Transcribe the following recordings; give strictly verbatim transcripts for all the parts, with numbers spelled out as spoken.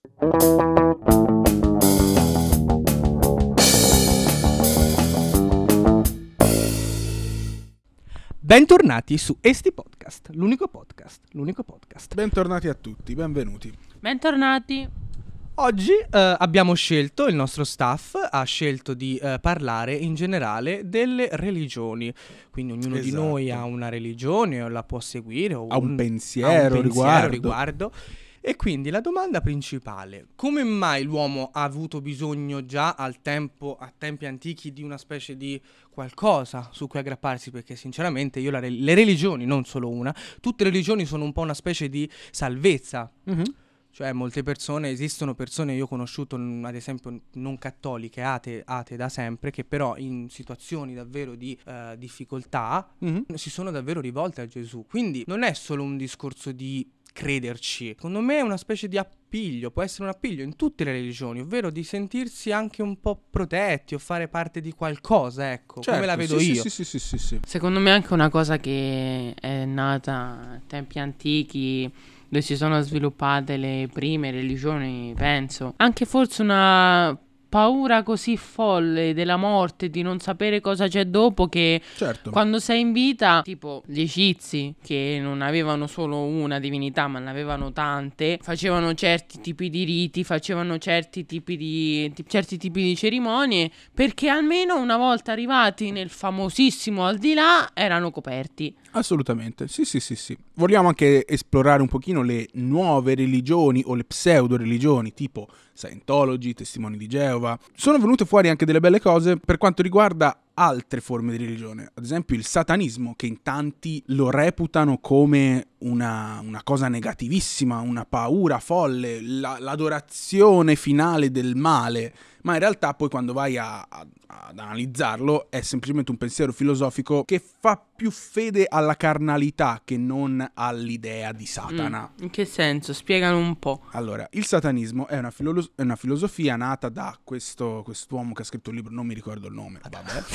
Bentornati su Esti Podcast, l'unico podcast, l'unico podcast. Bentornati a tutti, benvenuti. Bentornati. Oggi eh, abbiamo scelto, il nostro staff ha scelto di eh, parlare in generale delle religioni. Quindi ognuno Esatto. di noi ha una religione o la può seguire o Ha un un, pensiero, ha un pensiero riguardo. riguardo. E quindi la domanda principale: come mai l'uomo ha avuto bisogno già al tempo, a tempi antichi, di una specie di qualcosa su cui aggrapparsi? Perché sinceramente io la re- le religioni, non solo una, tutte le religioni sono un po' una specie di salvezza. Mm-hmm. Cioè molte persone, esistono persone, io ho conosciuto n- ad esempio non cattoliche, ate, ate da sempre, che però in situazioni davvero di eh, difficoltà Mm-hmm. si sono davvero rivolte a Gesù. Quindi non è solo un discorso di crederci, secondo me è una specie di appiglio, può essere un appiglio in tutte le religioni, ovvero di sentirsi anche un po' protetti o fare parte di qualcosa, ecco, Certo, come la vedo sì, io. Sì, sì, sì, sì, sì. Secondo me è anche una cosa che è nata in tempi antichi, dove si sono sviluppate le prime religioni, penso. Anche forse una paura così folle della morte, di non sapere cosa c'è dopo, che Certo. quando sei in vita, tipo gli egizi, che non avevano solo una divinità ma ne avevano tante, facevano certi tipi di riti, facevano certi tipi di ti- certi tipi di cerimonie, perché almeno una volta arrivati nel famosissimo al di là erano coperti. Assolutamente, sì, sì, sì, sì. Vogliamo anche esplorare un pochino le nuove religioni o le pseudo religioni, tipo Scientology, Testimoni di Geova. Sono venute fuori anche delle belle cose per quanto riguarda altre forme di religione, ad esempio il satanismo, che in tanti lo reputano come una, una cosa negativissima, una paura folle, la, l'adorazione finale del male, ma in realtà poi quando vai a, a, ad analizzarlo è semplicemente un pensiero filosofico che fa più fede alla carnalità che non all'idea di Satana. Mm, in che senso? Spiegano un po'. Allora, il satanismo è una, filo- è una filosofia nata da questo quest'uomo che ha scritto un libro, non mi ricordo il nome,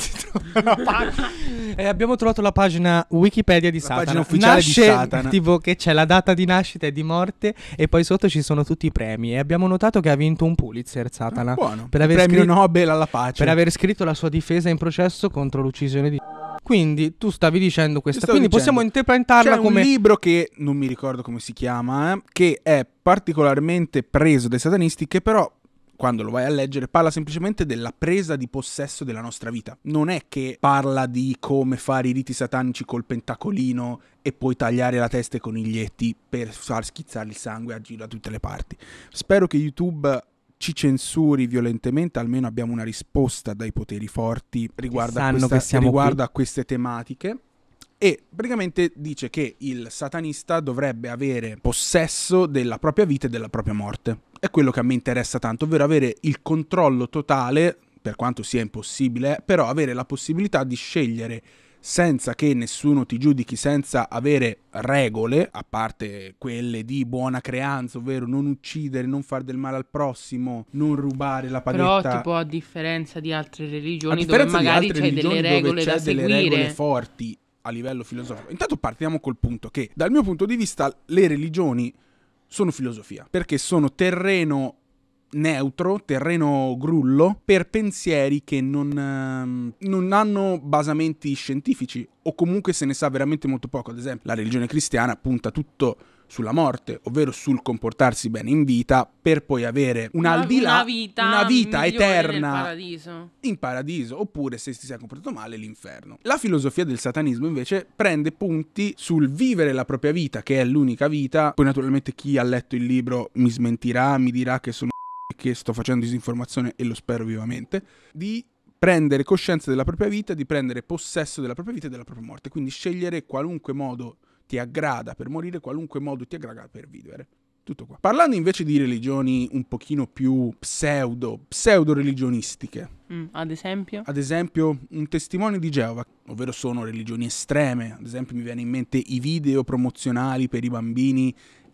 vabbè. E abbiamo trovato la pagina Wikipedia di La Satana. pagina ufficiale Nasce, di Satana. tipo che c'è la data di nascita e di morte e poi sotto ci sono tutti i premi. E abbiamo notato che ha vinto un Pulitzer Satana. Ah, buono. Per Il aver premio scritto- Nobel alla pace. per aver scritto la sua difesa in processo contro l'uccisione di... Quindi tu stavi dicendo questa, stavo quindi dicendo. possiamo interpretarla C'è come... un libro che non mi ricordo come si chiama, eh, che è particolarmente preso dai satanisti, che però quando lo vai a leggere parla semplicemente della presa di possesso della nostra vita. Non è che parla di come fare i riti satanici col pentacolino e poi tagliare la testa ai coniglietti per far schizzare il sangue a giro da tutte le parti. Spero che YouTube ci censuri violentemente, almeno abbiamo una risposta dai poteri forti riguardo, a, sanno questa, che siamo riguardo qui. a queste tematiche. E praticamente dice che il satanista dovrebbe avere possesso della propria vita e della propria morte. È quello che a me interessa tanto, ovvero avere il controllo totale, per quanto sia impossibile, però avere la possibilità di scegliere senza che nessuno ti giudichi, senza avere regole, a parte quelle di buona creanza, ovvero non uccidere, non far del male al prossimo, non rubare la paghetta. Però tipo a differenza di altre A religioni dove differenza di magari altre c'hai religioni delle dove regole c'è da delle seguire. regole forti a livello filosofico. Intanto partiamo col punto che dal mio punto di vista le religioni sono filosofia, perché sono terreno neutro, terreno grullo per pensieri che non, ehm, non hanno basamenti scientifici, o comunque se ne sa veramente molto poco. Ad esempio la religione cristiana punta tutto sulla morte, ovvero sul comportarsi bene in vita per poi avere un Una- al di là, una vita una vita migliore eterna nel paradiso. in paradiso, oppure se ti sei comportato male l'inferno. La filosofia del satanismo invece prende punti sul vivere la propria vita, che è l'unica vita. Poi naturalmente chi ha letto il libro mi smentirà, mi dirà che sono che sto facendo disinformazione, e lo spero vivamente, di prendere coscienza della propria vita, di prendere possesso della propria vita e della propria morte, quindi scegliere qualunque modo ti aggrada per morire, qualunque modo ti aggrada per vivere. Tutto qua. Parlando invece di religioni un pochino più pseudo, pseudo religionistiche, Mm, ad esempio? ad esempio un testimone di Geova, ovvero sono religioni estreme. Ad esempio mi viene in mente i video promozionali per i bambini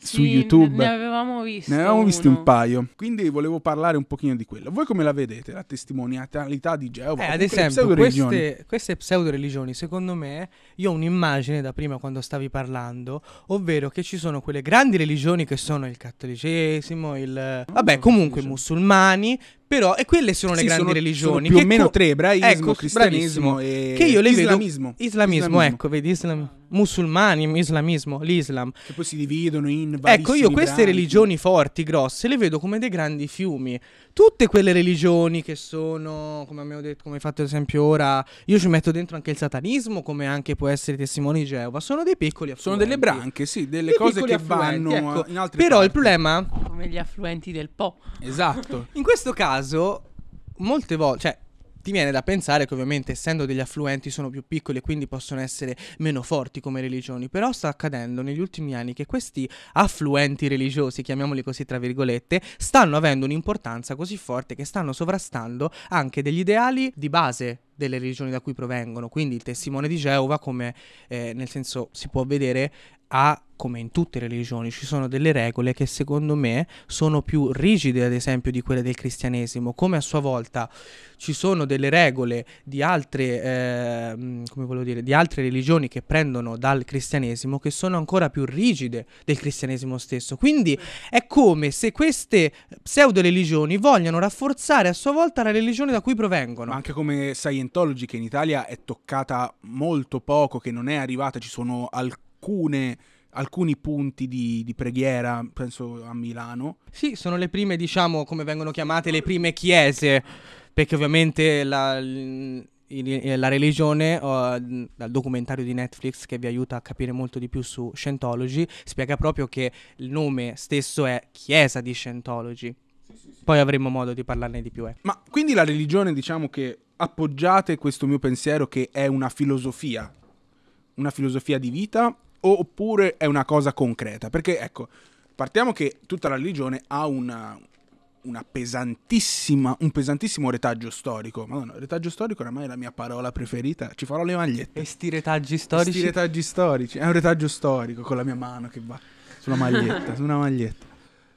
su Sì, YouTube. Ne avevamo visto. Ne avevamo visti uno. un paio. Quindi volevo parlare un pochino di quello. Voi come la vedete, la testimonialità di Geova? Eh, O ad comunque le esempio, pseudo-religioni? queste, queste pseudo-religioni, secondo me, io ho un'immagine da prima quando stavi parlando, ovvero che ci sono quelle grandi religioni che sono il cattolicesimo, il... vabbè, so comunque i cosa musulmani, però, e quelle sono le Sì, grandi sono- religioni. sono più che o meno co- tre: ebraismo, ecco, cristianesimo bravissimo. e Che io le islamismo. vedo... Islamismo, ecco, vedi, islam... musulmani, islamismo, l'Islam. Che poi si dividono in vari Ecco, io queste religioni forti, grosse, le vedo come dei grandi fiumi. Tutte quelle religioni che sono, come abbiamo detto, come hai fatto esempio ora, io ci metto dentro anche il satanismo, come anche può essere i testimoni di Geova, sono dei piccoli affluenti. Sono delle branche, sì, delle Dei cose piccoli che affluenti, vanno ecco. in altre Però il parti. problema, Come gli affluenti del Po. Esatto. in questo caso, molte volte, cioè, ti viene da pensare che ovviamente essendo degli affluenti sono più piccoli e quindi possono essere meno forti come religioni, però sta accadendo negli ultimi anni che questi affluenti religiosi, chiamiamoli così tra virgolette, stanno avendo un'importanza così forte che stanno sovrastando anche degli ideali di base delle religioni da cui provengono, quindi il testimone di Geova, come eh, nel senso si può vedere, ha, come in tutte le religioni, ci sono delle regole che secondo me sono più rigide ad esempio di quelle del cristianesimo, come a sua volta ci sono delle regole di altre eh, come volevo dire, di altre religioni che prendono dal cristianesimo che sono ancora più rigide del cristianesimo stesso. Quindi è come se queste pseudo religioni vogliano rafforzare a sua volta la religione da cui provengono. Ma anche come Scientology, che in Italia è toccata molto poco, che non è arrivata, ci sono alcune alcuni punti di, di preghiera, penso a Milano. Sì, sono le prime, diciamo, come vengono chiamate, le prime chiese, perché ovviamente la, il- la religione, uh, dal documentario di Netflix che vi aiuta a capire molto di più su Scientology, spiega proprio che il nome stesso è Chiesa di Scientology. Poi avremo modo di parlarne di più. Eh. Ma quindi la religione, diciamo che appoggiate questo mio pensiero che è una filosofia, una filosofia di vita, oppure è una cosa concreta? Perché ecco, partiamo che tutta la religione ha una, una pesantissima, un pesantissimo retaggio storico. Madonna, retaggio storico oramai è la mia parola preferita, ci farò le magliette. E sti retaggi storici? Sti retaggi storici, è un retaggio storico con la mia mano che va sulla maglietta, su una maglietta.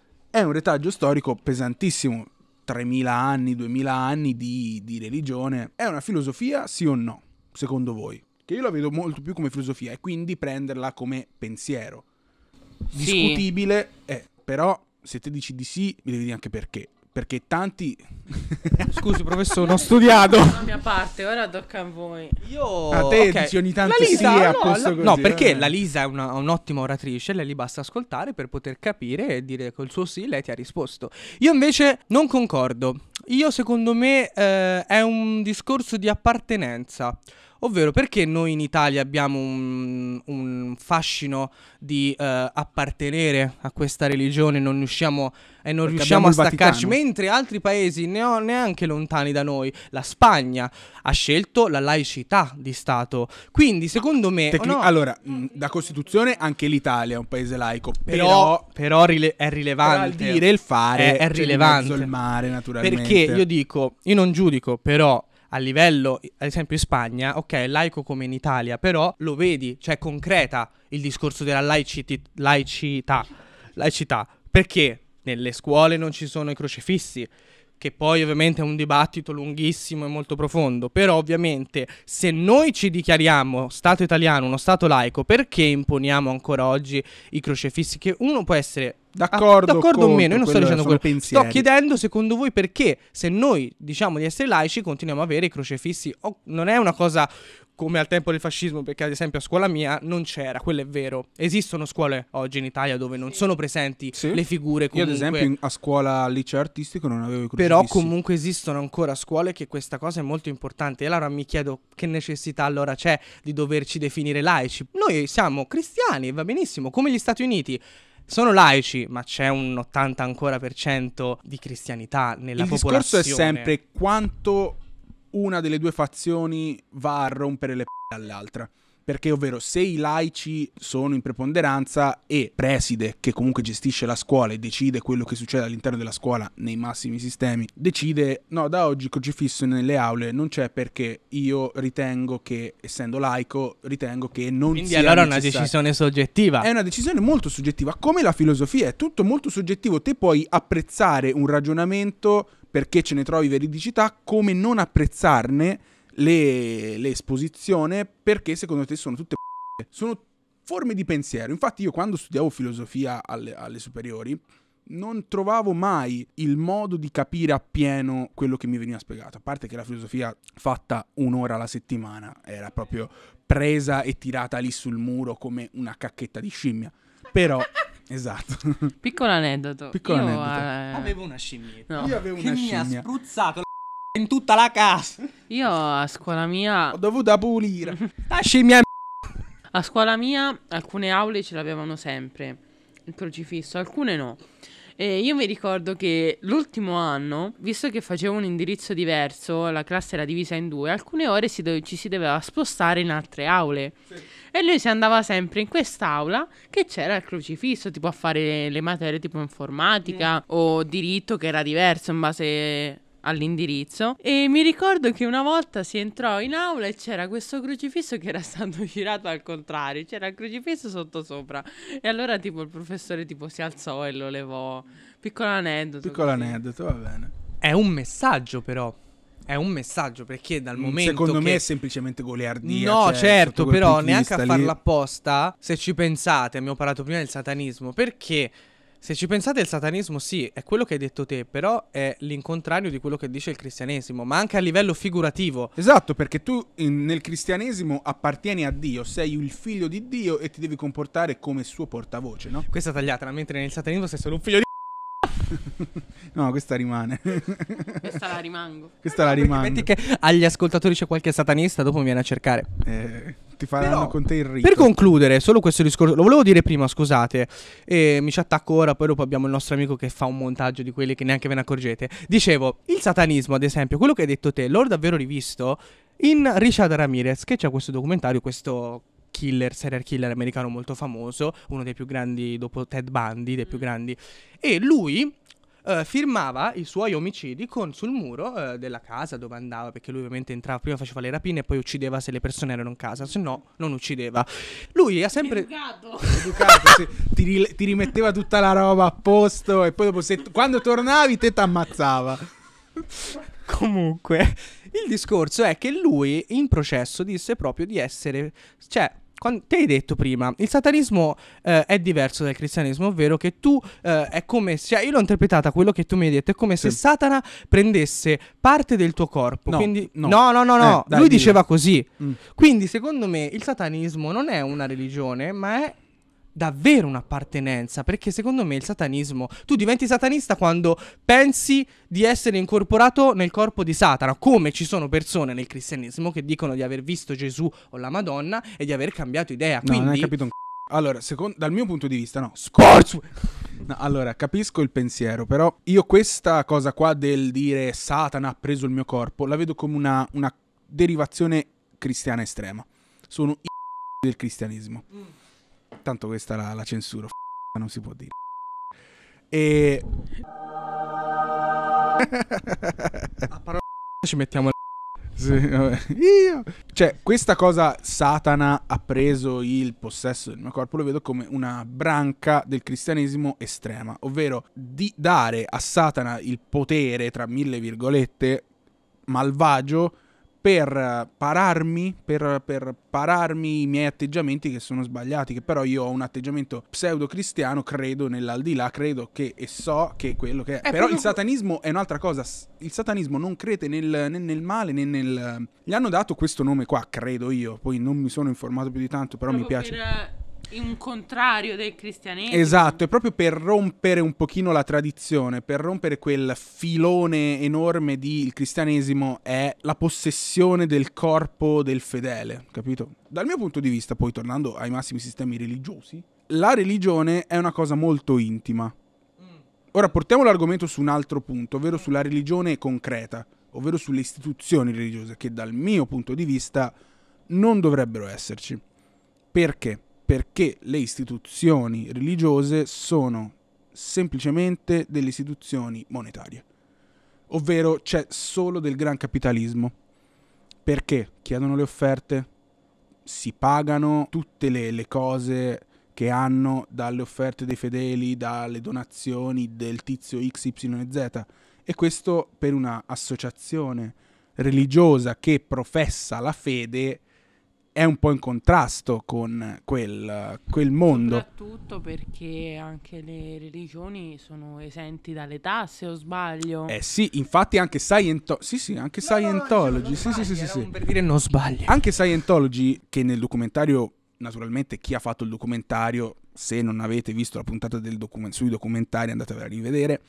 È un retaggio storico pesantissimo, tremila anni, duemila anni di, di religione. È una filosofia, sì o no, secondo voi? Che io la vedo molto più come filosofia e quindi prenderla come pensiero. Sì. Discutibile, eh, però se te dici di sì, mi devi dire anche perché. Perché tanti... Scusi professore, non ho studiato. La mia parte, ora tocca a voi. Io A te ok. dici ogni tanto La Lisa, sì, a no, posto la- così, no, perché vabbè. la Lisa è una- un'ottima oratrice, lei gli basta ascoltare per poter capire e dire col suo sì lei ti ha risposto. Io invece non concordo. Io secondo me eh, è un discorso di appartenenza. Ovvero perché noi in Italia abbiamo un, un fascino di eh, appartenere a questa religione non riusciamo, e non Perché riusciamo a abbiamo il staccarci, Vaticano. mentre altri paesi ne ho- neanche lontani da noi, la Spagna ha scelto la laicità di Stato. Quindi secondo me Tecni- oh no, Allora, mh, da Costituzione anche l'Italia è un paese laico, però, però, però rile- è però al rilevante. dire e il fare È- è c'è di rilevante. mezzo il mare, naturalmente. Perché io dico, io non giudico, però a livello, ad esempio in Spagna, ok, è laico come in Italia, però lo vedi, cioè concreta il discorso della laiciti- laicità, laicità, perché nelle scuole non ci sono i crocefissi, che poi ovviamente è un dibattito lunghissimo e molto profondo, però ovviamente se noi ci dichiariamo Stato italiano, uno Stato laico, perché imponiamo ancora oggi i crocefissi? Che uno può essere D'accordo, Ah, d'accordo o contro, meno, io non sto quello dicendo sono quello. pensieri. Sto chiedendo secondo voi perché se noi diciamo di essere laici continuiamo a avere i crocefissi. Oh, non è una cosa come al tempo del fascismo, perché ad esempio a scuola mia non c'era, quello è vero. Esistono scuole oggi in Italia dove non sono presenti Sì. le figure Io comunque. ad esempio in- a scuola al liceo artistico non avevo i crocifissi. Però comunque esistono ancora scuole che questa cosa è molto importante. E allora mi chiedo che necessità allora c'è di doverci definire laici. Noi siamo cristiani, va benissimo, come gli Stati Uniti. Sono laici, ma c'è un ottanta ancora per cento di cristianità nella il popolazione. discorso è sempre quanto una delle due fazioni va a rompere le p***e all'altra. Perché, ovvero, se i laici sono in preponderanza e preside, che comunque gestisce la scuola e decide quello che succede all'interno della scuola nei massimi sistemi, decide, no, da oggi il crocifisso nelle aule non c'è perché io ritengo che, essendo laico, ritengo che non Quindi sia allora è una necessario. decisione soggettiva. È una decisione molto soggettiva, come la filosofia, è tutto molto soggettivo. Te puoi apprezzare un ragionamento perché ce ne trovi veridicità, come non apprezzarne le, le esposizioni perché secondo te sono tutte sono forme di pensiero. Infatti io quando studiavo filosofia alle, alle superiori non trovavo mai il modo di capire appieno quello che mi veniva spiegato, a parte che la filosofia fatta un'ora alla settimana era proprio presa e tirata lì sul muro come una cacchetta di scimmia. Però esatto. Piccolo aneddoto. Piccolo Io, aneddoto. eh, Avevo una scimmietta. no. Io avevo Che una mi ha scimmia. spruzzato la in tutta la casa. Io a scuola mia Ho dovuto pulire. La scimmia A scuola mia alcune aule ce l'avevano sempre il crocifisso, alcune no. E io mi ricordo che l'ultimo anno, visto che facevo un indirizzo diverso, la classe era divisa in due, alcune ore si dove- ci si doveva spostare in altre aule. Sì. E lui si andava sempre in quest'aula che c'era il crocifisso, tipo a fare le materie tipo informatica mm. o diritto, che era diverso in base all'indirizzo. E mi ricordo che una volta si entrò in aula e c'era questo crocifisso che era stato girato al contrario, c'era il crocifisso sotto sopra, e allora tipo il professore tipo si alzò e lo levò. Piccolo aneddoto. Piccolo così. aneddoto, va bene. è un messaggio, però. È un messaggio, perché dal momento Secondo che... me è semplicemente goliardia. No, cioè, certo, sotto quel però punto di neanche a vista farla lì- apposta, se ci pensate, abbiamo parlato prima del satanismo, perché se ci pensate il satanismo sì, è quello che hai detto te, però è l'incontrario di quello che dice il cristianesimo, ma anche a livello figurativo. Esatto, perché tu in- nel cristianesimo appartieni a Dio, sei il figlio di Dio e ti devi comportare come suo portavoce, no? Questa tagliata, mentre nel satanismo sei solo un figlio di... No, questa rimane. Questa la rimango. Questa la Perché rimane. metti che agli ascoltatori c'è qualche satanista, dopo mi viene a cercare. Eh, ti faranno Però, con te il rito. Per concludere, solo questo discorso, lo volevo dire prima, scusate, e mi ci attacco ora, poi dopo abbiamo il nostro amico che fa un montaggio di quelli che neanche ve ne accorgete. Dicevo, il satanismo, ad esempio, quello che hai detto te, l'ho davvero rivisto in Richard Ramirez, che c'è questo documentario, questo killer, serial killer americano molto famoso, uno dei più grandi dopo Ted Bundy, dei più grandi, e lui... Uh, firmava i suoi omicidi con sul muro uh, della casa dove andava, perché lui ovviamente entrava, prima faceva le rapine e poi uccideva se le persone erano in casa, se no non uccideva. Lui ha sempre Educato. Educato, sì. ti, ri- ti rimetteva tutta la roba a posto e poi dopo se t- quando tornavi te t'ammazzava. Comunque il discorso è che lui in processo disse proprio di essere, cioè quando, te hai detto prima, il satanismo eh, è diverso dal cristianesimo, ovvero che tu eh, è come se, cioè io l'ho interpretata quello che tu mi hai detto, è come Sì. se Satana prendesse parte del tuo corpo. No, quindi, no. no, no, no, no. Eh, dai, lui dillo. diceva così. Mm. Quindi secondo me il satanismo non è una religione, ma è davvero un'appartenenza, perché secondo me il satanismo, tu diventi satanista quando pensi di essere incorporato nel corpo di Satana, come ci sono persone nel cristianesimo che dicono di aver visto Gesù o la Madonna e di aver cambiato idea. No, Quindi non hai capito un c***o. Allora, secondo, dal mio punto di vista, no. Sports! No, allora, capisco il pensiero, però io questa cosa qua del dire Satana ha preso il mio corpo, la vedo come una, una derivazione cristiana estrema. Sono i del cristianesimo. Mm. Tanto questa la, la censuro, non si può dire. E... A parola ci mettiamo Sì, vabbè. Io. Cioè, questa cosa Satana ha preso il possesso del mio corpo, lo vedo come una branca del cristianesimo estrema, ovvero di dare a Satana il potere, tra mille virgolette, malvagio, per pararmi, per, per pararmi i miei atteggiamenti che sono sbagliati, che però io ho un atteggiamento pseudo-cristiano, credo nell'aldilà, credo che e so che è quello che è. È però proprio- il satanismo è un'altra cosa, S- il satanismo non crede nel, né nel male né nel... Gli hanno dato questo nome qua, credo io, poi non mi sono informato più di tanto, però mi Proprio piace. Per, eh, un contrario del cristianesimo. Esatto, è proprio per rompere un pochino la tradizione, per rompere quel filone enorme di il cristianesimo è la possessione del corpo del fedele, capito? Dal mio punto di vista, poi tornando ai massimi sistemi religiosi, la religione è una cosa molto intima. Ora portiamo l'argomento su un altro punto, ovvero sulla religione concreta, ovvero sulle istituzioni religiose, che dal mio punto di vista non dovrebbero esserci. Perché? Perché le istituzioni religiose sono semplicemente delle istituzioni monetarie, ovvero c'è solo del gran capitalismo. Perché? Chiedono le offerte, si pagano tutte le, le cose che hanno dalle offerte dei fedeli, dalle donazioni del tizio X Y Z, e questo per una associazione religiosa che professa la fede è un po' in contrasto con quel, quel mondo. Soprattutto perché anche le religioni sono esenti dalle tasse, o sbaglio? Eh sì, infatti anche Scientology, sì sì, anche No, no, Scientology, no, sì, sì, sì, sì, era sì. un per dire non sbaglia. Anche Scientology, che nel documentario, naturalmente chi ha fatto il documentario, se non avete visto la puntata del document- sui documentari andatevela a rivedere,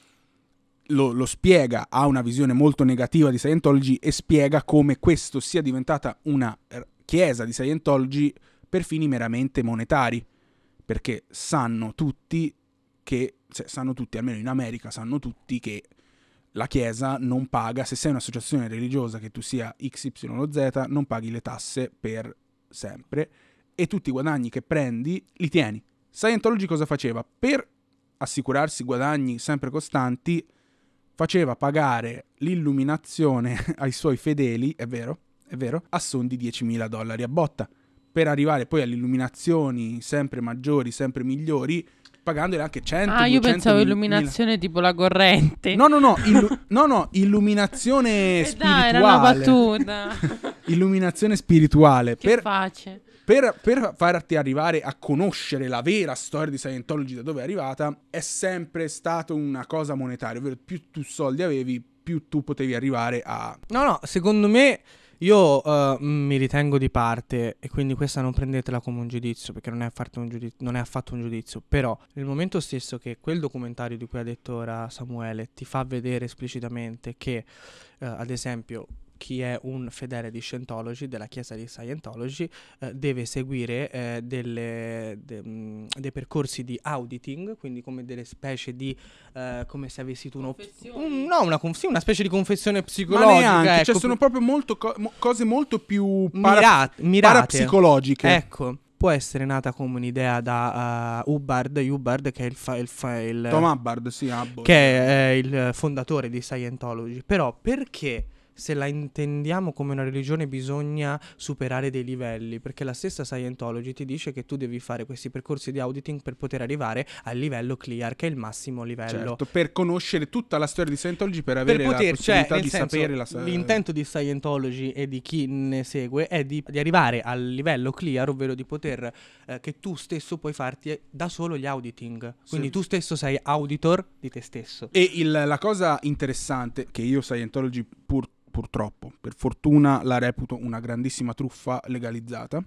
lo, lo spiega, ha una visione molto negativa di Scientology e spiega come questo sia diventata una chiesa di Scientology per fini meramente monetari, perché sanno tutti che, cioè, sanno tutti, almeno in America sanno tutti che la chiesa non paga, se sei un'associazione religiosa che tu sia X Y Z, non paghi le tasse per sempre e tutti i guadagni che prendi li tieni. Scientology cosa faceva? Per assicurarsi guadagni sempre costanti faceva pagare l'illuminazione ai suoi fedeli, è vero? È vero? A son di diecimila dollari a botta, per arrivare poi alle illuminazioni sempre maggiori, sempre migliori, pagandole anche cento, Ah, io duecento, pensavo mil- illuminazione mila. Tipo la corrente. No, no, no, illu- no, no, illuminazione eh spirituale. Dai, era una battuta. Illuminazione spirituale. Che per, face? per, per farti arrivare a conoscere la vera storia di Scientology, da dove è arrivata, è sempre stato una cosa monetaria, ovvero più tu soldi avevi, più tu potevi arrivare a... No, no, secondo me io uh, mi ritengo di parte e quindi questa non prendetela come un giudizio, perché non è, affatto un giudizio, non è affatto un giudizio, però nel momento stesso che quel documentario di cui ha detto ora Samuele ti fa vedere esplicitamente che uh, ad esempio chi è un fedele di Scientology, della chiesa di Scientology, eh, deve seguire eh, delle, de, mh, dei percorsi di auditing, quindi come delle specie di, eh, come se avessi tu uno, un, no, una, sì, una specie di confessione psicologica. Ma neanche, ecco, cioè sono proprio molto co- mo- cose molto più para- mirate, mirate. parapsicologiche. Ecco, può essere nata come un'idea da uh, Hubbard, Hubbard che è il, fa- il, fa- il Tom Hubbard, sì, Hubbard. che è il fondatore di Scientology, però perché se la intendiamo come una religione bisogna superare dei livelli, perché la stessa Scientology ti dice che tu devi fare questi percorsi di auditing per poter arrivare al livello clear, che è il massimo livello. Certo, per conoscere tutta la storia di Scientology, per avere per poter, la possibilità cioè, di senso, sapere la l'intento di Scientology e di chi ne segue è di, di arrivare al livello clear, ovvero di poter eh, che tu stesso puoi farti da solo gli auditing, quindi sì. tu stesso sei auditor di te stesso. E il, la cosa interessante che io Scientology pur purtroppo, per fortuna la reputo una grandissima truffa legalizzata,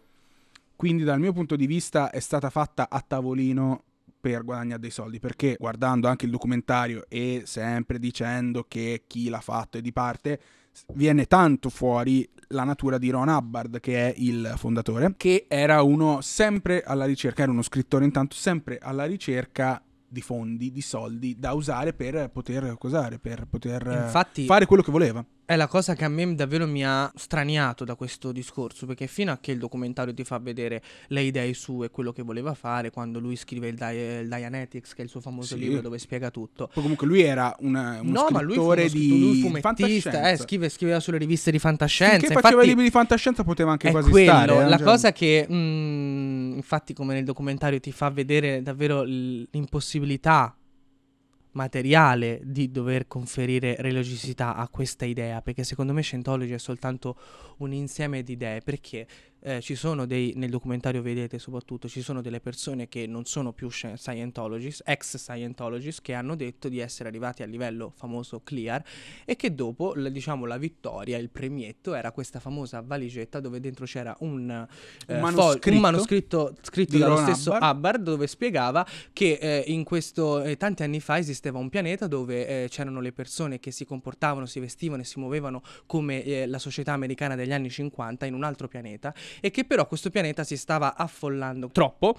quindi dal mio punto di vista è stata fatta a tavolino per guadagnare dei soldi, perché guardando anche il documentario e sempre dicendo che chi l'ha fatto è di parte, viene tanto fuori la natura di Ron Hubbard, che è il fondatore, che era uno sempre alla ricerca, era uno scrittore intanto, sempre alla ricerca di fondi, di soldi da usare per poter cosare, per poter Infatti, fare quello che voleva. È la cosa che a me davvero mi ha straniato da questo discorso, perché fino a che il documentario ti fa vedere le idee sue e quello che voleva fare, quando lui scrive il, Di- il Dianetics, che è il suo famoso Sì. libro dove spiega tutto. Poi comunque lui era una, uno No, ma lui fu scrittore uno scritto- di lui fumettista, fantascienza. eh, scrive, scriveva sulle riviste di fantascienza. Finché Infatti, faceva i libri di fantascienza poteva anche è quasi quello, stare. eh, la cioè- cosa che mm, infatti come nel documentario ti fa vedere davvero l- l'impossibilità materiale di dover conferire religiosità a questa idea, perché secondo me Scientology è soltanto un insieme di idee, perché eh, ci sono dei, nel documentario vedete soprattutto, ci sono delle persone che non sono più Scientologist, ex Scientologist, che hanno detto di essere arrivati al livello famoso clear e che dopo, la, diciamo, la vittoria, il premietto era questa famosa valigetta dove dentro c'era un, eh, Un fo- manoscritto un manoscritto scritto di dallo Ron stesso Hubbard. Hubbard, dove spiegava che eh, in questo eh, tanti anni fa esisteva un pianeta dove eh, c'erano le persone che si comportavano, si vestivano e si muovevano come eh, la società americana degli anni cinquanta in un altro pianeta, e che però questo pianeta si stava affollando troppo,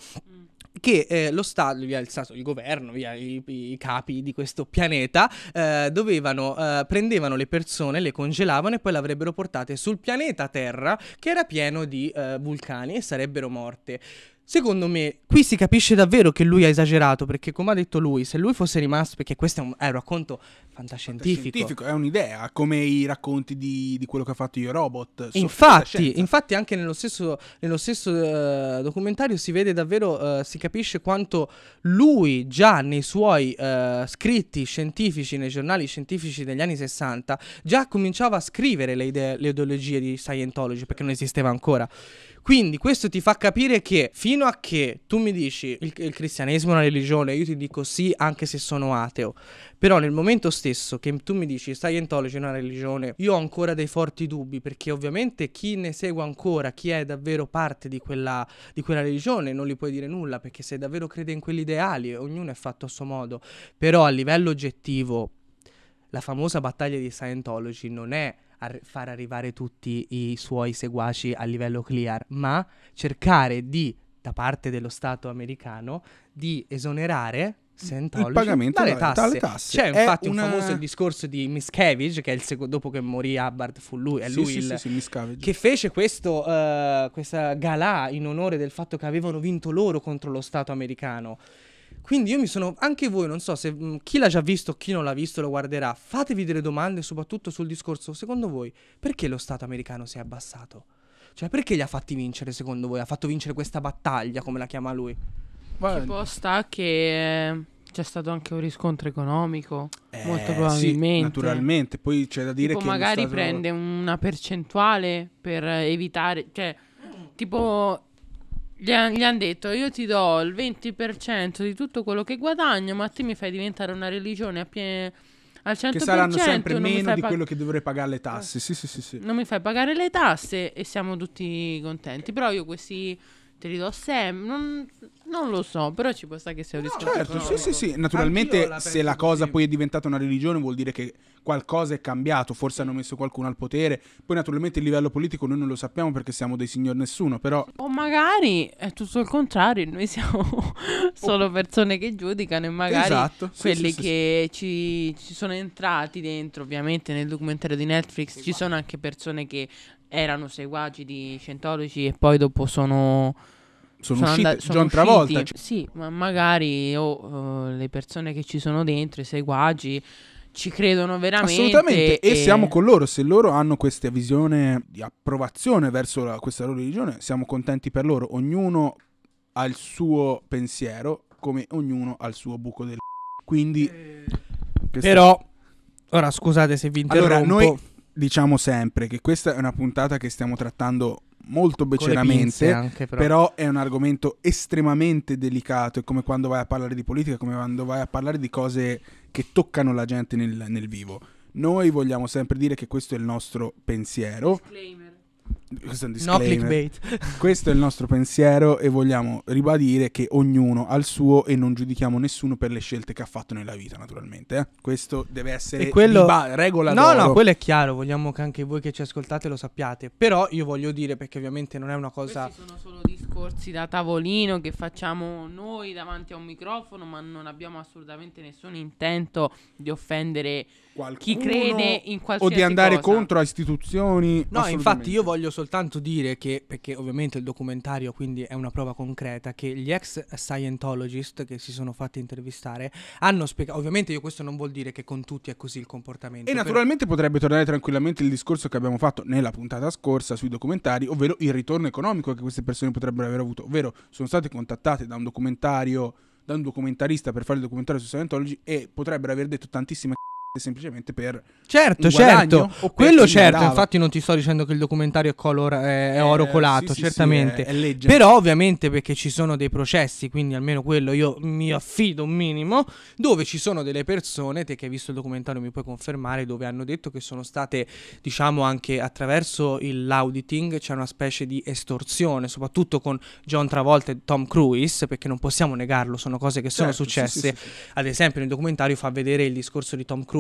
che eh, lo Stato, via il, stato, il governo, via i, i capi di questo pianeta, eh, dovevano, eh, prendevano le persone, le congelavano e poi le avrebbero portate sul pianeta Terra, che era pieno di eh, vulcani, e sarebbero morte. Secondo me, qui si capisce davvero che lui ha esagerato, perché come ha detto lui, se lui fosse rimasto, perché questo è un, è un racconto fantascientifico. Fantascientifico, è un'idea, come i racconti di, di quello che ha fatto Io Robot. Infatti, infatti anche nello stesso, nello stesso uh, documentario si vede davvero, uh, si capisce quanto lui già nei suoi uh, scritti scientifici, nei giornali scientifici degli anni sessanta, già cominciava a scrivere le, idee, le ideologie di Scientology, perché non esisteva ancora. Quindi questo ti fa capire che fino a che tu mi dici il, il cristianesimo è una religione, io ti dico sì anche se sono ateo, però nel momento stesso che tu mi dici Scientology è una religione, io ho ancora dei forti dubbi, perché ovviamente chi ne segue ancora, chi è davvero parte di quella, di quella religione, non gli puoi dire nulla, perché se davvero crede in quegli ideali, ognuno è fatto a suo modo. Però a livello oggettivo la famosa battaglia di Scientology non è a far arrivare tutti i suoi seguaci a livello clear, ma cercare di, da parte dello Stato americano, di esonerare Scientology il pagamento dalle dalle tasse. dalle tasse. C'è infatti una... un famoso il discorso di Miscavige, che è il sec- dopo che morì Hubbard fu lui, è sì, lui sì, il, sì, sì, Miscavige, che fece questo uh, questa galà in onore del fatto che avevano vinto loro contro lo Stato americano. Quindi io mi sono, anche voi, non so se mh, chi l'ha già visto, chi non l'ha visto lo guarderà, fatevi delle domande soprattutto sul discorso, secondo voi, perché lo Stato americano si è abbassato? Cioè, perché li ha fatti vincere, secondo voi? Ha fatto vincere questa battaglia, come la chiama lui? Ci può sta che eh, c'è stato anche un riscontro economico, eh, molto probabilmente. Sì, naturalmente, poi c'è da dire tipo che magari Stato... prende una percentuale per evitare, cioè, tipo... Gli, han, gli hanno detto io ti do il venti per cento di tutto quello che guadagno, ma te mi fai diventare una religione a pie- al cento per cento, che saranno sempre non mi meno fai di pag- quello che dovrei pagare le tasse. Sì, sì, sì, sì. non mi fai pagare le tasse e siamo tutti contenti. Però io questi te li do sempre. Non, non lo so, però ci può stare che sia un riscontro Certo, sì, economico. sì, sì. Naturalmente, la se la penso cosa così. poi è diventata una religione, vuol dire che qualcosa è cambiato. Forse hanno messo qualcuno al potere. Poi, naturalmente, il livello politico noi non lo sappiamo perché siamo dei signor nessuno. Però, O magari è tutto il contrario, noi siamo solo persone che giudicano e magari esatto, sì, quelli sì, sì, che ci, ci sono entrati dentro, ovviamente nel documentario di Netflix ci sono anche persone che erano seguaci di Scientology e poi dopo sono sono, sono uscite. andati- sono John Travolta. usciti. Sì, ma magari oh, eh, le persone che ci sono dentro, i seguaci, ci credono veramente. Assolutamente, e siamo con loro. Se loro hanno questa visione di approvazione verso la- questa loro religione, siamo contenti per loro. Ognuno ha il suo pensiero, come ognuno ha il suo buco del quindi questo- Però, ora scusate se vi interrompo. allora noi diciamo sempre che questa è una puntata che stiamo trattando molto Con le pinze beceramente, anche, però. però è un argomento estremamente delicato. È come quando vai a parlare di politica, come quando vai a parlare di cose che toccano la gente nel, nel vivo. Noi vogliamo sempre dire che questo è il nostro pensiero. Disclaimer. Questo è un No disclaimer. clickbait. Questo è il nostro pensiero e vogliamo ribadire che ognuno ha il suo e non giudichiamo nessuno per le scelte che ha fatto nella vita, naturalmente. eh. Questo deve essere E quello- di ba- regola No, d'oro. no, quello è chiaro, vogliamo che anche voi che ci ascoltate lo sappiate. Però io voglio dire, perché ovviamente non è una cosa... Questi sono solo discorsi da tavolino che facciamo noi davanti a un microfono, ma non abbiamo assolutamente nessun intento di offendere Qualcuno chi crede in o qualsiasi di andare cosa. contro a istituzioni. No, assolutamente. infatti io voglio soltanto dire che, perché ovviamente il documentario quindi è una prova concreta, che gli ex Scientologist che si sono fatti intervistare hanno spiegato, ovviamente io questo non vuol dire che con tutti è così il comportamento. E però- naturalmente potrebbe tornare tranquillamente il discorso che abbiamo fatto nella puntata scorsa sui documentari, ovvero il ritorno economico che queste persone potrebbero aver avuto, ovvero sono state contattate da un documentario, da un documentarista per fare il documentario su Scientology e potrebbero aver detto tantissime c***e semplicemente per Certo, un guadagno certo, o per quello chi certo, andava. infatti non ti sto dicendo che il documentario è, color, è, è oro Eh, colato, sì, sì, certamente. sì, è, è legge. Però ovviamente perché ci sono dei processi, quindi almeno quello io mi affido un minimo, dove ci sono delle persone, te che hai visto il documentario mi puoi confermare, dove hanno detto che sono state, diciamo anche attraverso il l'auditing, c'è una specie di estorsione, soprattutto con John Travolta e Tom Cruise, perché non possiamo negarlo, sono cose che sono Certo, sì, successe. sì, sì, sì. Ad esempio nel documentario fa vedere il discorso di Tom Cruise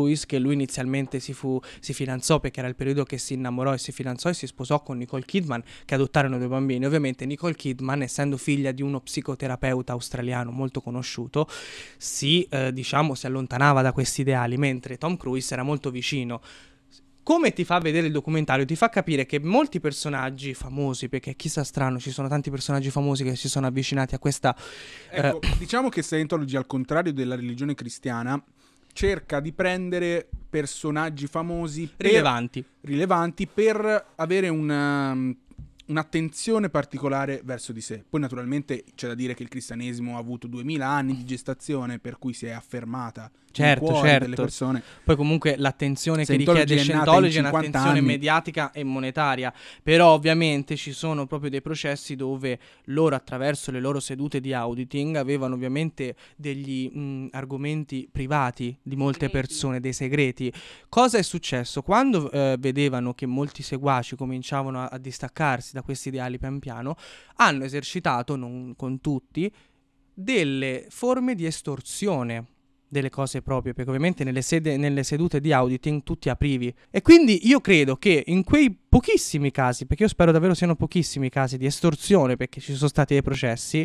Cruise, che lui inizialmente si, fu, si fidanzò, perché era il periodo che si innamorò e si fidanzò e si sposò con Nicole Kidman, che adottarono due bambini. Ovviamente Nicole Kidman, essendo figlia di uno psicoterapeuta australiano molto conosciuto, si, eh, diciamo, si allontanava da questi ideali, mentre Tom Cruise era molto vicino. Come ti fa vedere il documentario? Ti fa capire che molti personaggi famosi, perché chissà strano, ci sono tanti personaggi famosi che si sono avvicinati a questa... Ecco, eh, diciamo che Scientology, al contrario della religione cristiana, cerca di prendere personaggi famosi per- rilevanti. rilevanti per avere una, un'attenzione particolare verso di sé. Poi naturalmente c'è da dire che il cristianesimo ha avuto duemila anni di gestazione, per cui si è affermata Certo, nel cuore certo. delle persone. Poi comunque l'attenzione che Scientology richiede è nata Scientology in è cinquanta un'attenzione anni. mediatica e monetaria, però ovviamente ci sono proprio dei processi dove loro, attraverso le loro sedute di auditing, avevano ovviamente degli mh, argomenti privati di molte persone, dei segreti. Cosa è successo? Quando eh, vedevano che molti seguaci cominciavano a, a distaccarsi da questi ideali pian piano, hanno esercitato, non con tutti, delle forme di estorsione delle cose proprie, perché ovviamente nelle, sede, nelle sedute di auditing tu ti aprivi. E quindi io credo che in quei pochissimi casi, perché io spero davvero siano pochissimi casi di estorsione, perché ci sono stati dei processi,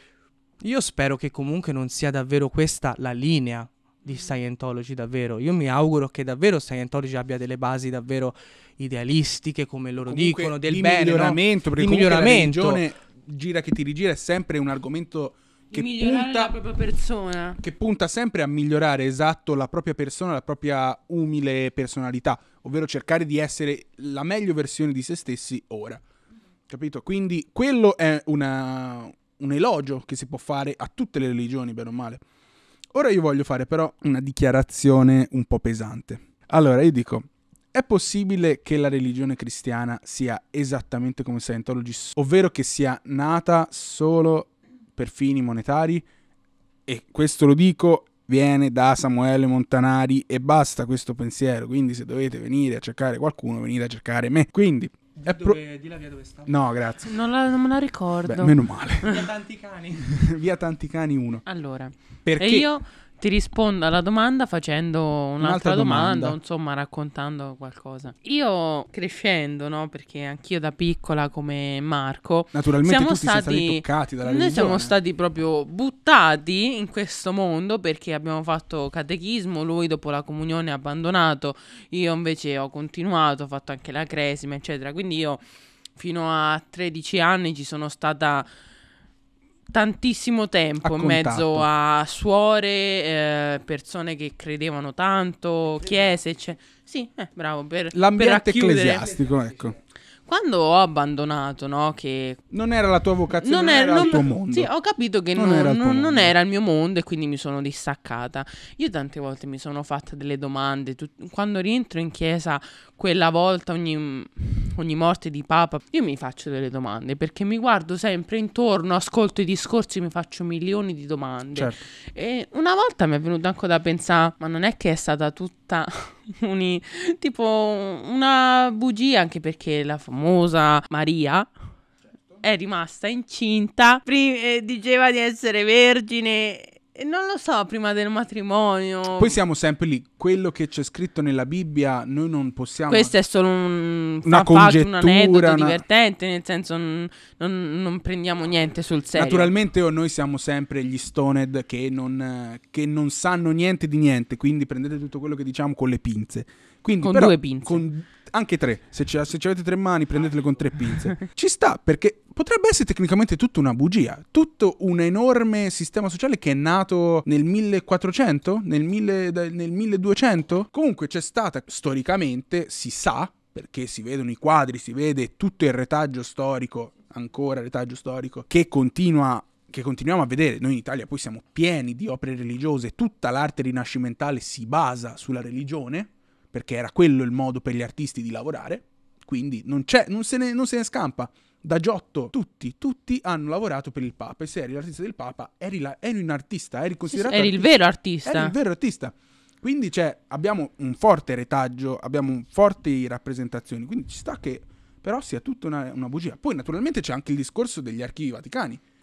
io spero che comunque non sia davvero questa la linea di Scientology, davvero. Io mi auguro che davvero Scientology abbia delle basi davvero idealistiche, come loro Comunque, dicono, del di bene, miglioramento, no? perché Di comunque miglioramento. la religione gira che ti rigira è sempre un argomento che Di migliorare punta la propria persona. che punta sempre a migliorare, esatto, la propria persona, la propria umile personalità, ovvero cercare di essere la meglio versione di se stessi ora. Capito? Quindi quello è una, un elogio che si può fare a tutte le religioni, bene o male. Ora io voglio fare però una dichiarazione un po' pesante. Allora, io dico, è possibile che la religione cristiana sia esattamente come Scientology, ovvero che sia nata solo per fini monetari? E questo lo dico, viene da Samuele Montanari e basta questo pensiero. Quindi se dovete venire a cercare qualcuno, venite a cercare me. Quindi è pro- Dove, di la via dove sta? no, grazie. Non, la- non me la ricordo. Beh, meno male. Via tanti cani. Via Tanti Cani uno. Allora, Perché e io ti rispondo alla domanda facendo un'altra, Un'altra domanda, domanda. o insomma raccontando qualcosa. Io crescendo, no, perché anch'io da piccola come Marco, naturalmente siamo tutti siamo stati stati toccati dalla noi religione. siamo stati proprio buttati in questo mondo perché abbiamo fatto catechismo, lui dopo la comunione ha abbandonato, io invece ho continuato, ho fatto anche la cresima, eccetera. Quindi io fino a tredici anni ci sono stata tantissimo tempo A in mezzo contatto. a suore, eh, persone che credevano tanto, chiese, eccetera. Sì, eh, bravo, per, per L'ambiente racchiudere. ecclesiastico, ecco. Quando ho abbandonato, no, che Non era la tua vocazione, non, era- era non- il tuo mondo. Sì, ho capito che Non non, era il tuo non- non mondo. era il mio mondo e quindi mi sono distaccata. Io tante volte mi sono fatta delle domande. tut- quando rientro in chiesa, quella volta, ogni, ogni morte di Papa, io mi faccio delle domande perché mi guardo sempre intorno, ascolto i discorsi, mi faccio milioni di domande. Certo. E una volta mi è venuto anche da pensare, ma non è che è stata tutta uni, tipo una bugia, anche perché la famosa Maria è rimasta incinta, pri- eh, diceva di essere vergine, e non lo so, prima del matrimonio. Poi siamo sempre lì. Quello che c'è scritto nella Bibbia noi non possiamo... Questo è solo un, Una fun fact, un congettura, aneddoto una- divertente, nel senso non, non- non prendiamo niente sul serio. Naturalmente oh, noi siamo sempre gli stoned che non, eh, che non sanno niente di niente, quindi prendete tutto quello che diciamo con le pinze. Quindi, Con però, due pinze. con- anche tre. Se, ci- se ci avete tre mani, prendetele con tre pinze. Ci sta, perché potrebbe essere tecnicamente tutta una bugia. Tutto un enorme sistema sociale che è nato nel millequattrocento? Nel, mille- da- nel milleduecento? Comunque c'è stata, storicamente, si sa, perché si vedono i quadri, si vede tutto il retaggio storico, ancora retaggio storico, che continua che continuiamo a vedere. Noi in Italia poi siamo pieni di opere religiose, tutta l'arte rinascimentale si basa sulla religione, perché era quello il modo per gli artisti di lavorare, quindi non c'è, non se ne, non se ne scampa. Da Giotto tutti, tutti hanno lavorato per il Papa, e se eri l'artista del Papa eri, la, eri un artista, eri Sì, sì, considerato eri il artista. vero artista. Eri il vero artista. Quindi c'è, abbiamo un forte retaggio, abbiamo un forti rappresentazioni, quindi ci sta che però sia tutta una, una bugia. Poi naturalmente c'è anche il discorso degli archivi vaticani,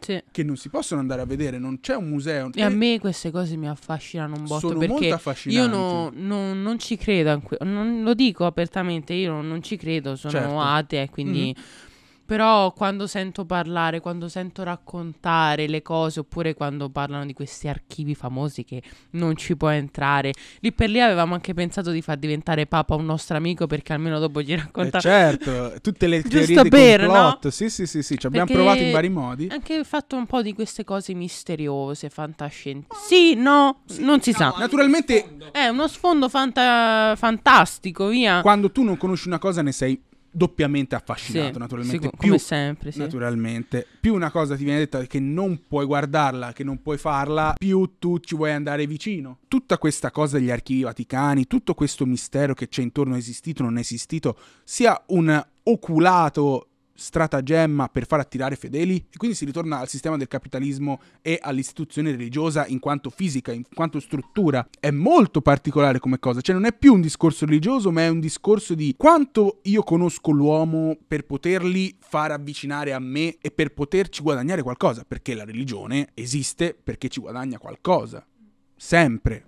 Sì. che non si possono andare a vedere, non c'è un museo. E a me queste cose mi affascinano un botto, Sono perché molto affascinanti. io no- no- non ci credo, in que- non, lo dico apertamente, io non, non ci credo, sono Certo. atea, quindi... Però quando sento parlare, quando sento raccontare le cose, oppure quando parlano di questi archivi famosi che non ci può entrare, lì per lì avevamo anche pensato di far diventare Papa un nostro amico, perché almeno dopo ci Eh, racconta certo, tutte le Giusto teorie di per, complotto. Sì, sì, sì, sì, ci abbiamo Perché provato in vari modi. anche il fatto un po' di queste cose misteriose, fantascientifiche. Sì, no, non si sa. Naturalmente, È uno sfondo fanta- fantastico, via. quando tu non conosci una cosa ne sei doppiamente affascinato, Sì, naturalmente. sì, più, come sempre, sì. Naturalmente, più una cosa ti viene detta che non puoi guardarla, che non puoi farla, più tu ci vuoi andare vicino. Tutta questa cosa degli archivi vaticani, tutto questo mistero che c'è intorno, esistito o non esistito, sia un oculato stratagemma per far attirare fedeli, e quindi si ritorna al sistema del capitalismo e all'istituzione religiosa in quanto fisica, in quanto struttura. È molto particolare come cosa, cioè non è più un discorso religioso, ma è un discorso di quanto io conosco l'uomo per poterli far avvicinare a me e per poterci guadagnare qualcosa, perché la religione esiste perché ci guadagna qualcosa, sempre.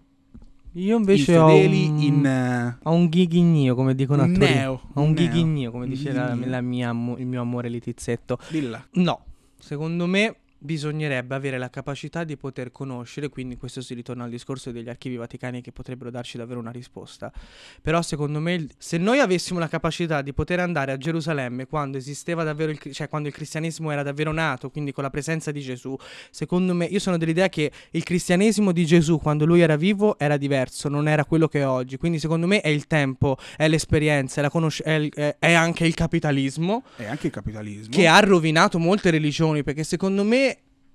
Io invece I ho fedeli un, in eh, ho un ghighignio, come dicono a un Torino. neo, Ho un un neo. ghighignio, come Un dice la, ghighignio. la mia, amo- il mio amore Litizzetto. Dilla. No, secondo me bisognerebbe avere la capacità di poter conoscere, quindi questo si ritorna al discorso degli archivi vaticani che potrebbero darci davvero una risposta. Però secondo me il- se noi avessimo la capacità di poter andare a Gerusalemme quando esisteva davvero il, cri- cioè quando il cristianesimo era davvero nato, quindi con la presenza di Gesù, secondo me, io sono dell'idea che il cristianesimo di Gesù quando lui era vivo era diverso, non era quello che è oggi. Quindi secondo me è il tempo, è l'esperienza, è, la conosc- è, il- è- è anche il capitalismo È anche il capitalismo. che ha rovinato molte religioni, perché secondo me,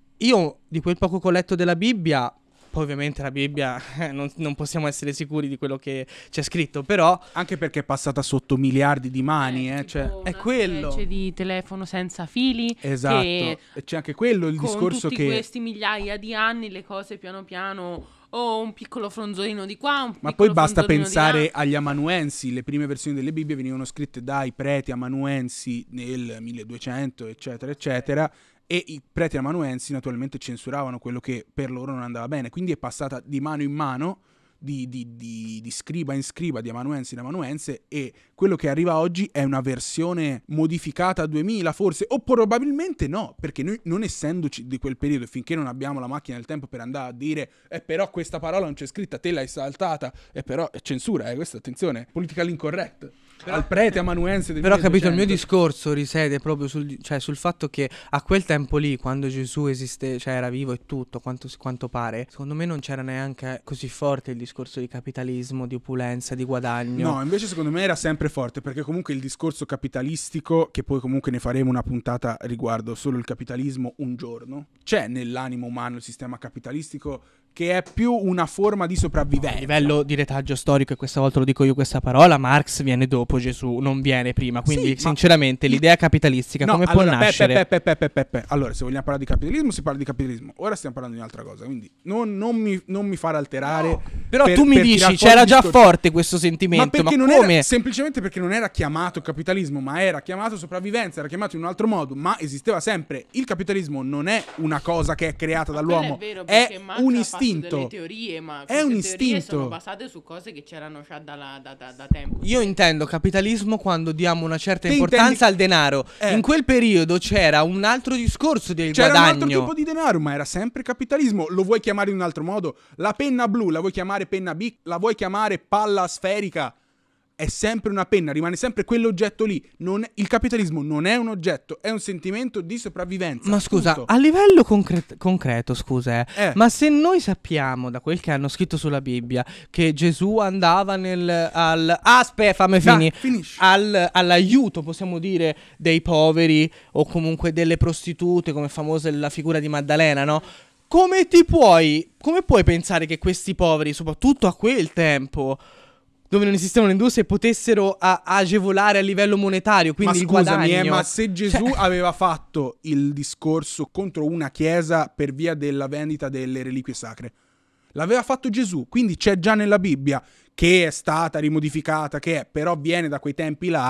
io di quel poco che ho letto della Bibbia, poi ovviamente la Bibbia eh, non, non possiamo essere sicuri di quello che c'è scritto, però Anche perché è passata sotto miliardi di mani, eh, tipo cioè... una è quello. specie di telefono senza fili. Esatto, Che e c'è anche quello il con discorso tutti che... questi migliaia di anni le cose piano piano, o un piccolo fronzolino di qua, un Ma piccolo poi basta fronzolino di pensare là. agli amanuensi, le prime versioni delle Bibbie venivano scritte dai preti amanuensi nel milleduecento, eccetera, eccetera, e i preti amanuensi naturalmente censuravano quello che per loro non andava bene, quindi è passata di mano in mano, di, di, di, di scriba in scriba, di amanuensi in amanuense, e quello che arriva oggi è una versione modificata a duemila forse, o probabilmente no, perché noi non essendoci di quel periodo, finché non abbiamo la macchina del tempo per andare a dire eh però questa parola non c'è scritta, te l'hai saltata, e però è censura, eh, questa attenzione, politically incorrect. Al prete amanuense del Però capito, il mio milleduecento. discorso risiede proprio sul, cioè, sul fatto che a quel tempo lì, quando Gesù esiste, cioè era vivo e tutto, quanto, quanto pare, secondo me non c'era neanche così forte il discorso di capitalismo, di opulenza, di guadagno. No, invece secondo me era sempre forte, perché comunque il discorso capitalistico, che poi comunque ne faremo una puntata riguardo solo il capitalismo un giorno, c'è nell'animo umano il sistema capitalistico che è più una forma di A sopravvivenza. livello di retaggio storico, e questa volta lo dico io questa parola, Marx viene dopo Gesù, non viene prima. Quindi, Sì, ma- sinceramente, l'idea capitalistica No, come allora, può pe- nascere? pe- pe- pe- pe- pe- pe- Allora, se vogliamo parlare di capitalismo, si parla di capitalismo. Ora stiamo parlando di un'altra cosa, quindi non, non mi, non mi far alterare. Però per- tu mi per tirar dici, fuori c'era il già discorso. forte questo sentimento, Ma perché ma non come? era semplicemente perché non era chiamato capitalismo, ma era chiamato sopravvivenza, era chiamato in un altro modo, ma esisteva sempre. Il capitalismo non è una cosa che è creata dall'uomo, Quello è vero, è perché Marx un ha fatto istinto. delle teorie, ma È un queste teorie istinto. sono basate su cose che c'erano già dalla- da, da- da tempo. Io intendo capitalismo quando diamo una certa Te importanza intendi- al denaro. Eh. In quel periodo c'era un altro discorso del C'era un guadagno. altro tipo di denaro, ma era sempre capitalismo. Lo vuoi chiamare in un altro modo? La penna blu la vuoi chiamare penna bic? La vuoi chiamare palla sferica? È sempre una penna, rimane sempre quell'oggetto lì. Non è- il capitalismo non è un oggetto, è un sentimento di sopravvivenza. Ma scusa, punto. a livello concre- concreto, scusa, eh, Eh. ma se noi sappiamo da quel che hanno scritto sulla Bibbia che Gesù andava nel al aspetta, fammi Dai, finire. finisci. Al, all'aiuto, possiamo dire, dei poveri o comunque delle prostitute, come famosa la figura di Maddalena, no? Come ti puoi, come puoi pensare che questi poveri, soprattutto a quel tempo, dove non esistevano le industrie, potessero a- agevolare a livello monetario, quindi ma il scusami, guadagno? eh, ma se Gesù Cioè- aveva fatto il discorso contro una chiesa per via della vendita delle reliquie sacre, l'aveva fatto Gesù, quindi c'è già nella Bibbia, che è stata rimodificata, che è, però viene da quei tempi là,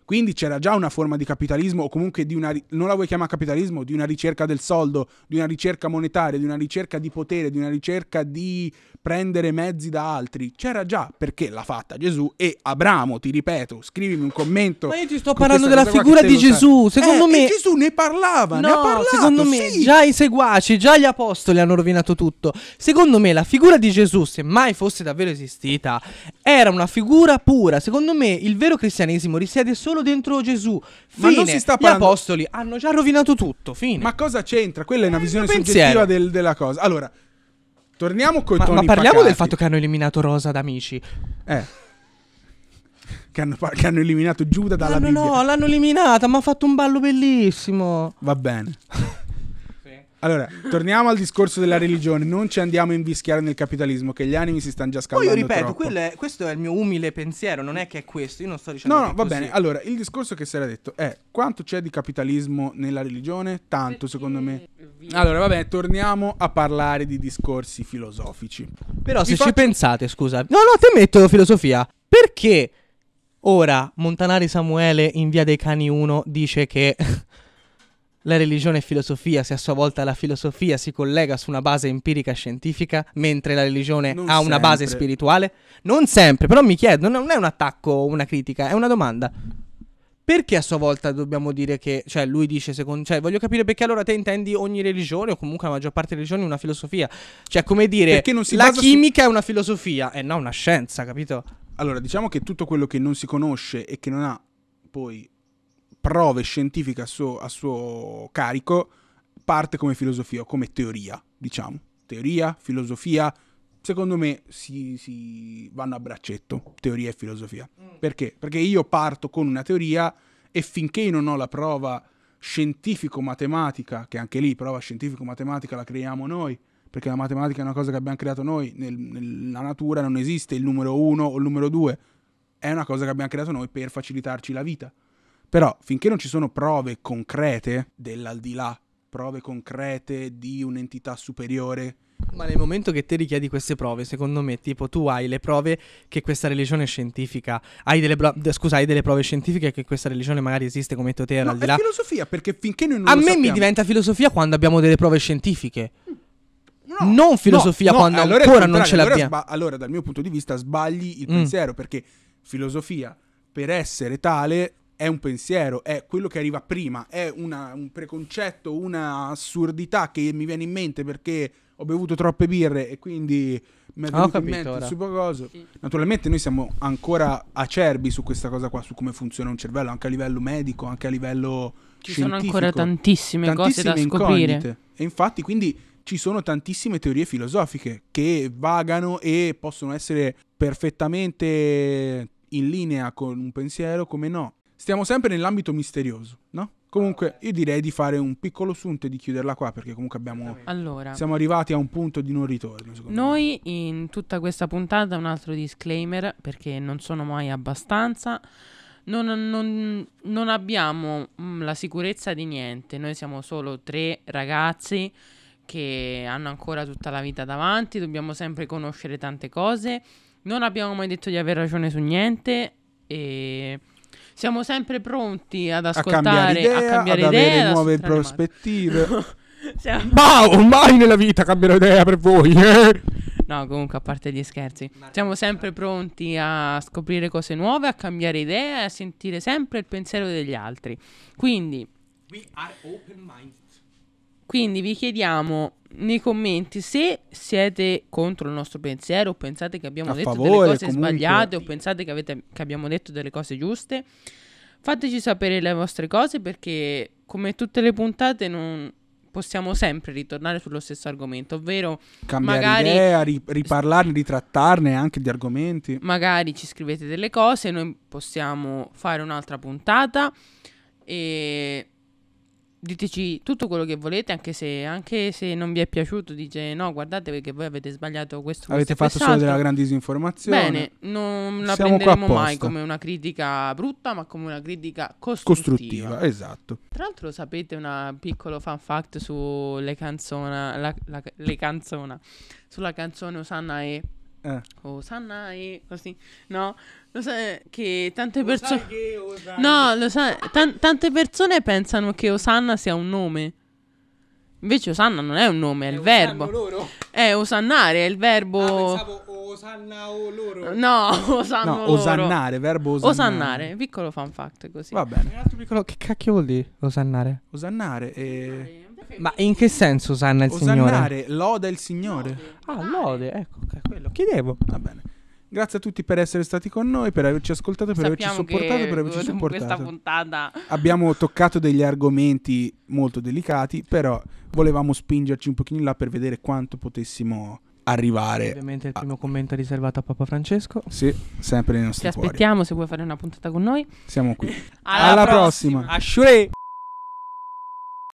Quindi c'era già una forma di capitalismo, o comunque di una, non la vuoi chiamare capitalismo, di una ricerca del soldo, di una ricerca monetaria, di una ricerca di potere, di una ricerca di prendere mezzi da altri. C'era già, perché l'ha fatta Gesù e Abramo, ti ripeto, scrivimi un commento. Ma io ti sto parlando della figura di Gesù, secondo eh, me... E Gesù ne parlava, no, ne ha parlato, secondo me sì. già i seguaci, già gli apostoli hanno rovinato tutto. Secondo me la figura di Gesù, se mai fosse davvero esistita, era una figura pura. Secondo me il vero cristianesimo risiede solo dentro Gesù. Fine. Ma non si sta Gli parlando... apostoli hanno già rovinato tutto, fine. Ma cosa c'entra? Quella è una Eh, visione il mio soggettiva pensiero. del- della cosa. Allora, torniamo coi ma, toni ma parliamo pacati. del fatto che hanno eliminato Rosa da Amici. Eh. Che hanno, fa- che hanno eliminato Giuda dalla L'hanno- Bibbia. no, l'hanno eliminata, ma ha fatto un ballo bellissimo. Va bene. Allora, torniamo al discorso della religione. Non ci andiamo a invischiare nel capitalismo, che gli animi si stanno già Poi scaldando io ripeto, troppo. quello è- questo è il mio umile pensiero, non è che è questo, io non sto dicendo No, che no, è va così. bene. Allora, il discorso che si era detto è: quanto c'è di capitalismo nella religione? Tanto, secondo me. Allora, va bene, torniamo a parlare di discorsi filosofici. Però se Vi ci faccio- pensate, scusa. No, no, te metto filosofia. Perché ora Montanari Samuele in Via dei Cani uno dice che la religione è filosofia, se a sua volta la filosofia si collega su una base empirica scientifica, mentre la religione Non ha una base sempre. spirituale? Non sempre, però mi chiedo, non è un attacco o una critica, è una domanda. Perché a sua volta dobbiamo dire che, cioè lui dice secondo, cioè voglio capire perché allora te intendi ogni religione o comunque la maggior parte delle religioni una filosofia. Cioè come dire, Perché non si la basa su- chimica è una filosofia e non una scienza, capito? Allora, diciamo che tutto quello che non si conosce e che non ha poi prove scientifiche a suo, a suo carico parte come filosofia o come teoria, diciamo. Teoria, filosofia, secondo me si, si vanno a braccetto, teoria e filosofia. Perché? Perché io parto con una teoria e finché io non ho la prova scientifico-matematica, che anche lì prova scientifico-matematica la creiamo noi, perché la matematica è una cosa che abbiamo creato noi, nel- nella natura non esiste il numero uno o il numero due, è una cosa che abbiamo creato noi per facilitarci la vita. Però finché non ci sono prove concrete dell'aldilà, prove concrete di un'entità superiore, Ma nel momento che te richiedi queste prove, secondo me, tipo tu hai le prove che questa religione è scientifica, hai delle, bro- de- scusa, hai delle prove scientifiche che questa religione magari esiste come teoria no, al di è là. filosofia, perché finché noi non A lo me mi sappiamo- diventa filosofia quando abbiamo delle prove scientifiche. No, non filosofia no, quando no, allora è il ancora non contrario, ce allora l'abbiamo. sba- allora dal mio punto di vista sbagli il Mm. pensiero, perché filosofia per essere tale è un pensiero, è quello che arriva prima, è una- un preconcetto, una assurdità che mi viene in mente perché ho bevuto troppe birre e quindi mi è Ah, ho venuto in capito mente ora. il super coso. Sì. Naturalmente noi siamo ancora acerbi su questa cosa qua, su come funziona un cervello, anche a livello medico, anche a livello Ci sono scientifico. ancora tantissime, cose da Tantissime scoprire. incognite. E infatti quindi ci sono tantissime teorie filosofiche che vagano e possono essere perfettamente in linea con un pensiero, come no. Stiamo sempre nell'ambito misterioso, no? Comunque io direi di fare un piccolo sunto e di chiuderla qua, perché comunque abbiamo Allora, siamo arrivati a un punto di non ritorno, secondo me. noi in tutta questa puntata un altro disclaimer, perché non sono mai abbastanza. Non, non- non abbiamo mm, la sicurezza di niente. Noi siamo solo tre ragazzi che hanno ancora tutta la vita davanti. Dobbiamo sempre conoscere tante cose. Non abbiamo mai detto di aver ragione su niente. E siamo sempre pronti ad A ascoltare, cambiare idea, a cambiare ad idee, avere ad nuove ascoltare prospettive. male. Siamo- Ma mai nella vita cambierò idea per voi. eh? No, comunque a parte gli scherzi, siamo sempre pronti a scoprire cose nuove, a cambiare idee e a sentire sempre il pensiero degli altri. Quindi, We are open-minded. quindi vi chiediamo nei commenti se siete contro il nostro pensiero o pensate che abbiamo A detto favore, delle cose comunque. sbagliate o pensate che, avete- che abbiamo detto delle cose giuste. Fateci sapere le vostre cose, perché come tutte le puntate non possiamo sempre ritornare sullo stesso argomento, ovvero Cambiare Magari- idea, ri- riparlarne, ritrattarne anche di argomenti. magari ci scrivete delle cose, noi possiamo fare un'altra puntata e diteci tutto quello che volete, anche se, anche se non vi è piaciuto, dice no, guardate perché voi avete sbagliato questo, Avete questo fatto e solo della quest'altro. grande disinformazione. Bene, non la Siamo qua prenderemo mai apposta. come una critica brutta, ma come una critica costruttiva. Costruttiva, esatto. Tra l'altro sapete un piccolo fun fact sulle canzoni, la, la- le canzona, sulla canzone Osanna e Eh. Osanna e così, no? Lo sai che tante persone... No, lo sai, tan- tante persone pensano che Osanna sia un nome. Invece Osanna non è un nome, è, è il verbo. Loro? È osannare, è il verbo... Ah, pensavo osanna o loro. No, osanno No, loro. osannare, verbo osannare. Osannare, piccolo fan fact così. Va bene. Un altro piccolo... Che cacchio vuol dire osannare? Osannare e... Ma in che senso osanna il Signore? Osannare, loda il Signore. Ah, lode, ecco, ok, quello. Chiedevo. Va bene. Grazie a tutti per essere stati con noi, per averci ascoltato, per averci Sappiamo sopportato, che per averci dopo questa supportato. puntata Abbiamo toccato degli argomenti molto delicati, però volevamo spingerci un pochino in là per vedere quanto potessimo arrivare. Ovviamente il a- primo commento è riservato a Papa Francesco. Sì, sempre nei ti nostri cuori. aspettiamo se vuoi fare una puntata con noi. Siamo qui. Alla Alla prossima. prossima. Asciure!